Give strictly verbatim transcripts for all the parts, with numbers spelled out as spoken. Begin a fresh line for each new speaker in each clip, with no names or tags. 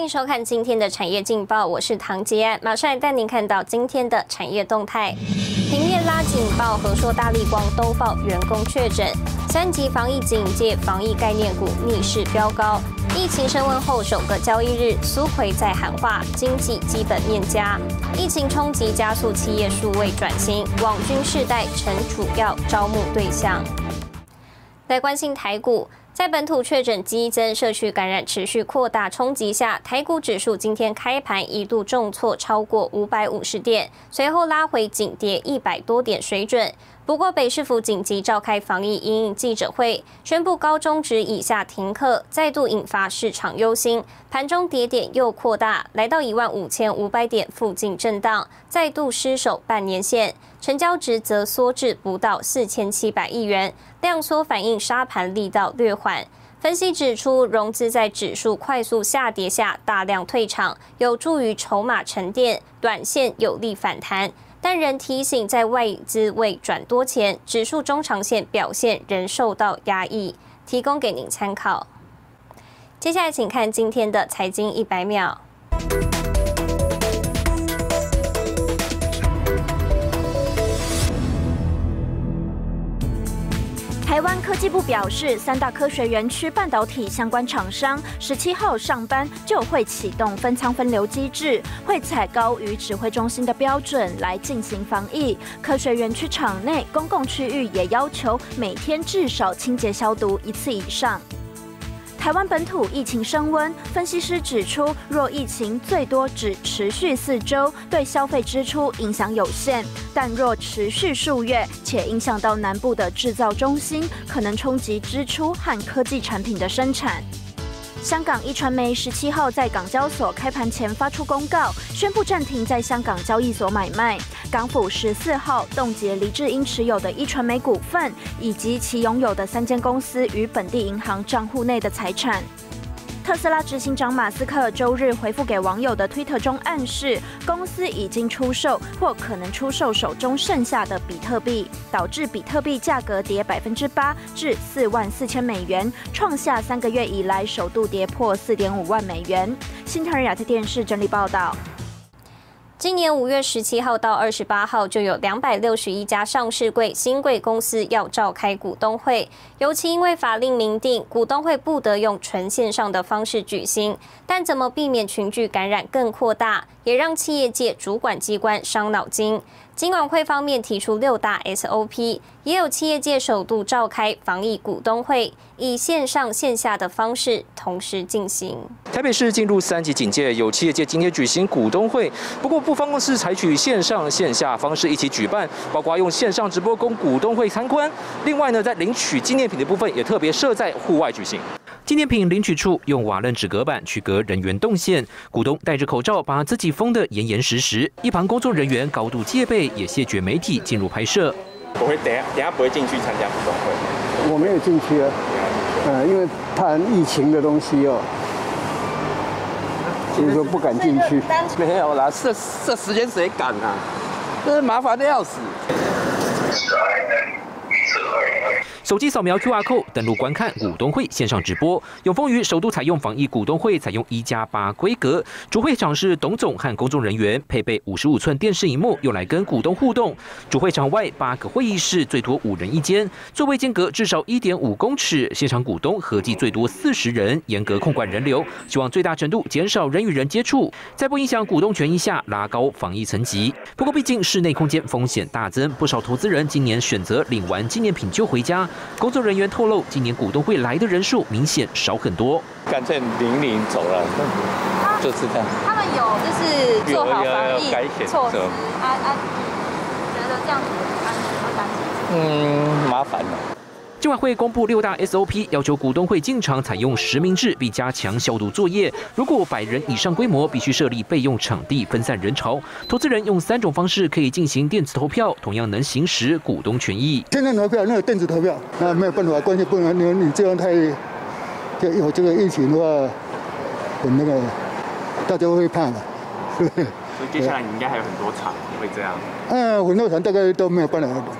迎收看今天的产业劲报，我是唐杰安，马上来带您看到今天的产业动态。平面拉警报，和硕、大立光都报员工确诊，三级防疫警戒，防疫概念股逆势飙高。疫情升温后首个交易日，苏揆在喊话，经济基本面佳。疫情冲击加速企业数位转型，网军世代成主要招募对象。来关心台股。在本土确诊激增、社区感染持续扩大冲击下，台股指数今天开盘一度重挫超过五百五十点，随后拉回仅跌一百多点水准。不过，北市府紧急召开防疫因应记者会，宣布高中职以下停课，再度引发市场忧心。盘中跌点又扩大，来到一万五千五百点附近震荡，再度失守半年线。成交值则缩至不到四千七百亿元，量缩反映杀盘力道略缓。分析指出，融资在指数快速下跌下大量退场，有助于筹码沉淀，短线有利反弹。但仍提醒，在外资未转多前，指数中长线表现仍受到压抑，提供给您参考。接下来，请看今天的财经一百秒。
台湾科技部表示，三大科学园区半导体相关厂商十七号上班就会启动分仓分流机制，会采高于指挥中心的标准来进行防疫。科学园区场内公共区域也要求每天至少清洁消毒一次以上。台湾本土疫情升温，分析师指出，若疫情最多只持续四周，对消费支出影响有限；但若持续数月，且影响到南部的制造中心，可能冲击支出和科技产品的生产。香港一传媒十七号在港交所开盘前发出公告，宣布暂停在香港交易所买卖。港府十四号冻结黎智英持有的一传媒股份，以及其拥有的三间公司与本地银行账户内的财产。特斯拉执行长马斯克周日回复给网友的推特中暗示，公司已经出售或可能出售手中剩下的比特币，导致比特币价格跌百分之八至四万四千美元，创下三个月以来首度跌破四点五万美元。新唐人亚太电视整理报道。
今年五月十七号到二十八号，就有两百六十一家上市柜、新贵公司要召开股东会。尤其因为法令明定，股东会不得用纯线上的方式举行，但怎么避免群聚感染更扩大，也让企业界主管机关伤脑筋。金管会方面提出六大 S O P， 也有企业界首度召开防疫股东会，以线上线下的方式同时进行。
台北市进入三级警戒，有企业界今天举行股东会，不过不方是采取线上线下方式一起举办，包括用线上直播供股东会参观。另外呢，在领取纪念品的部分也特别设在户外举行。纪念品领取处用瓦楞纸隔板区隔人员动线，股东戴着口罩，把自己封得严严实实。一旁工作人员高度戒备，也谢绝媒体进入拍摄。
我会等下等下不会进去参加股东会。
我没有进去啊，呃，因为怕疫情的东西哦，所以说不敢进去。
没有啦，这这时间谁敢啊？这麻烦的要死。
手机扫描 Q R code 登录观看股东会线上直播。永丰余首度采用防疫股东会，采用一加八规格。主会场是董总和公众人员，配备五十五寸电视萤幕，用来跟股东互动。主会场外八个会议室，最多五人一间，座位间隔至少一点五公尺。现场股东合计最多四十人，严格控管人流，希望最大程度减少人与人接触，在不影响股东权益下拉高防疫层级。不过，毕竟室内空间风险大增，不少投资人今年选择领完纪念品就回家。工作人员透露，今年股东会来的人数明显少很多，
干脆零零走了，就是这样。
他们有就是做好防疫措施，啊啊，觉得这样子安全会担心？
嗯，麻烦了。
金管会公布六大 S O P， 要求股东会进场采用实名制，并加强消毒作业。如果百人以上规模，必须设立备用场地，分散人潮。投资人用三种方式可以进行电子投票，同样能行使股东权益。
现在投票那个电子投票，那没有办法，关键不能你你这样太，就有这个疫情的话，很那个，大家会怕的。
所以接下来你应该还有很多场会这样。
嗯，很多场大概都没有办法。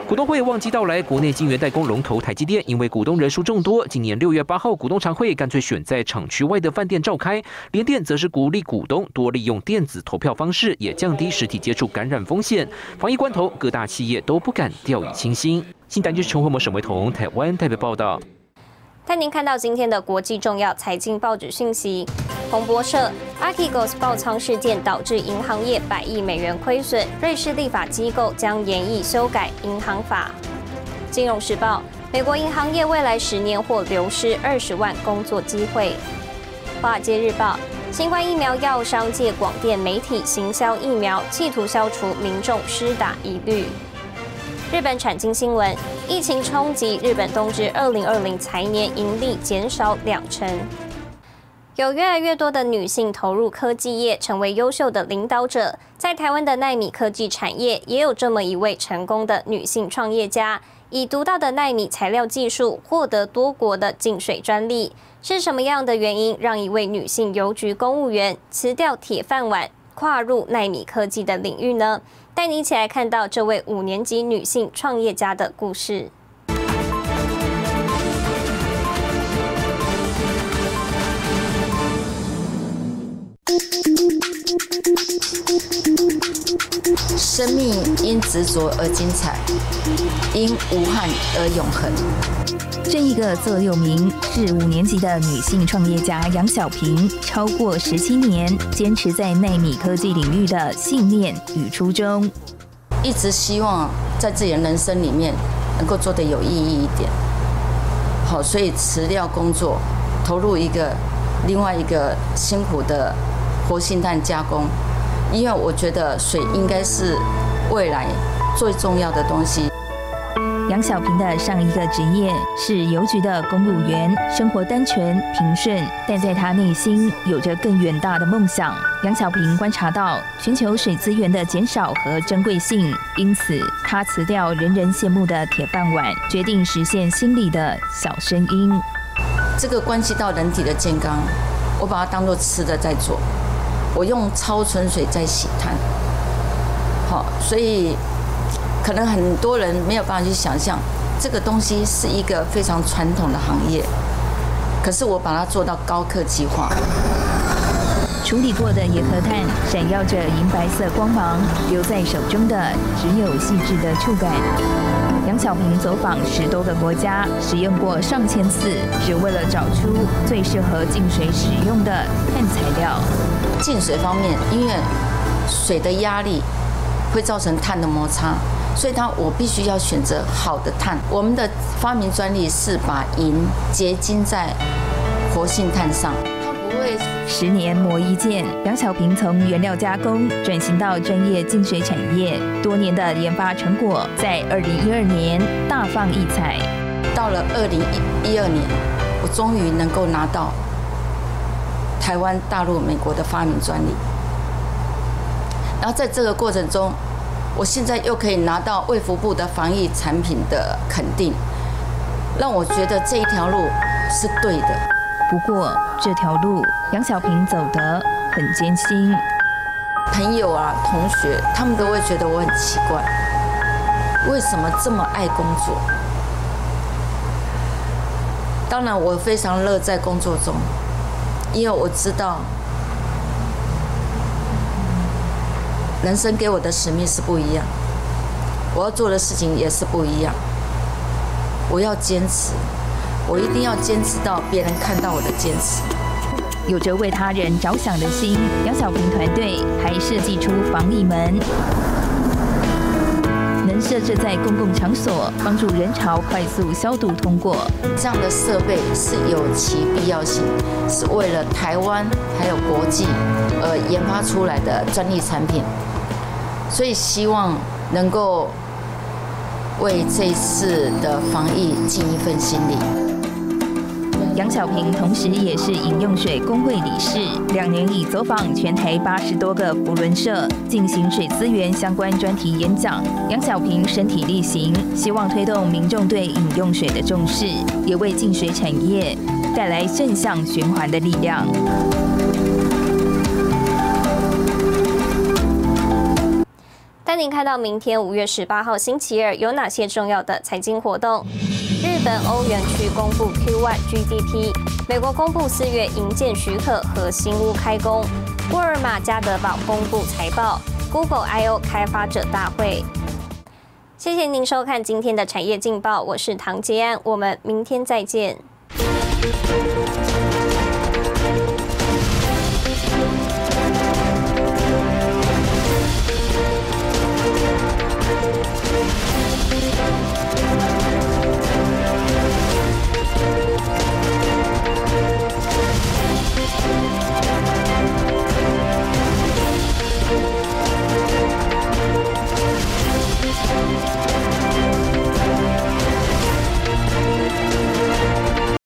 股东会旺季到来，国内晶圆代工龙头台积电因为股东人数众多，今年六月八号股东常会干脆选在厂区外的饭店召开。联电则是鼓励股东多利用电子投票方式，也降低实体接触感染风险。防疫关头，各大企业都不敢掉以轻心。新台就是陈慧模、沈维彤，台湾代表报道。
带您看到今天的国际重要财经报纸讯息。彭博社 ，Archegos 爆仓事件导致银行业百亿美元亏损，瑞士立法机构将研议修改银行法。金融时报，美国银行业未来十年或流失二十万工作机会。华尔街日报，新冠疫苗药商借广电媒体行销疫苗，企图消除民众施打疑虑。日本产经新闻，疫情冲击日本冬至二零二零财年盈利减少两成。有越来越多的女性投入科技业，成为优秀的领导者。在台湾的奈米科技产业，也有这么一位成功的女性创业家，以独到的奈米材料技术获得多国的净水专利。是什么样的原因让一位女性邮局公务员辞掉铁饭碗，跨入奈米科技的领域呢？带你一起来看到这位五年级女性创业家的故事。
生命因执着而精彩，因无憾而永恒。
这一个座右铭是五年级的女性创业家杨小萍超过十七年坚持在奈米科技领域的信念与初衷。
一直希望在自己的人生里面能够做得有意义一点。好，所以辞掉工作，投入一个另外一个辛苦的活性炭加工。因为我觉得水应该是未来最重要的东西。
杨小萍的上一个职业是邮局的公务员，生活单纯平顺，但在她内心有着更远大的梦想。杨小萍观察到全球水资源的减少和珍贵性，因此她辞掉人人羡慕的铁饭碗，决定实现心里的小声音。
这个关系到人体的健康，我把它当作吃的在做。我用超纯水在洗炭，好，所以可能很多人没有办法去想象，这个东西是一个非常传统的行业，可是我把它做到高科技化。
处理过的野壳炭闪耀着银白色光芒，留在手中的只有细致的触感。杨小萍走访十多个国家，实验过上千次，只为了找出最适合净水使用的碳材料。
净水方面，因为水的压力会造成碳的摩擦，所以它我必须要选择好的碳。我们的发明专利是把银结晶在活性炭上，它不会。
十年磨一剑，杨小萍从原料加工转型到专业净水产业，多年的研发成果在二零一二年大放异彩。
到了二零一二年，我终于能够拿到台湾、大陆、美国的发明专利。然后在这个过程中，我现在又可以拿到卫福部的防疫产品的肯定，让我觉得这一条路是对的。
不过这条路杨小萍走得很艰辛，
朋友啊、同学，他们都会觉得我很奇怪，为什么这么爱工作？当然，我非常乐在工作中，因为我知道人生给我的使命是不一样，我要做的事情也是不一样。我要坚持，我一定要坚持到别人看到我的坚持。
有着为他人着想的心，杨小萍团队还设计出防疫门，能设置在公共场所，帮助人潮快速消毒通过。
这样的设备是有其必要性，是为了台湾还有国际而研发出来的专利产品，所以希望能够为这一次的防疫尽一份心力。
杨小萍同时也是饮用水工会理事，两年已走访全台八十多个扶轮社，进行水资源相关专题演讲。杨小萍身体力行，希望推动民众对饮用水的重视，也为净水产业带来正向循环的力量。
带您看到明天五月十八号星期二有哪些重要的财经活动。日本欧元区公布 Q 一 G D P， 美国公布四月营建许可和新屋开工，沃尔玛、家得宝公布财报 ，Google I O 开发者大会。谢谢您收看今天的产业劲报，我是唐杰安，我们明天再见。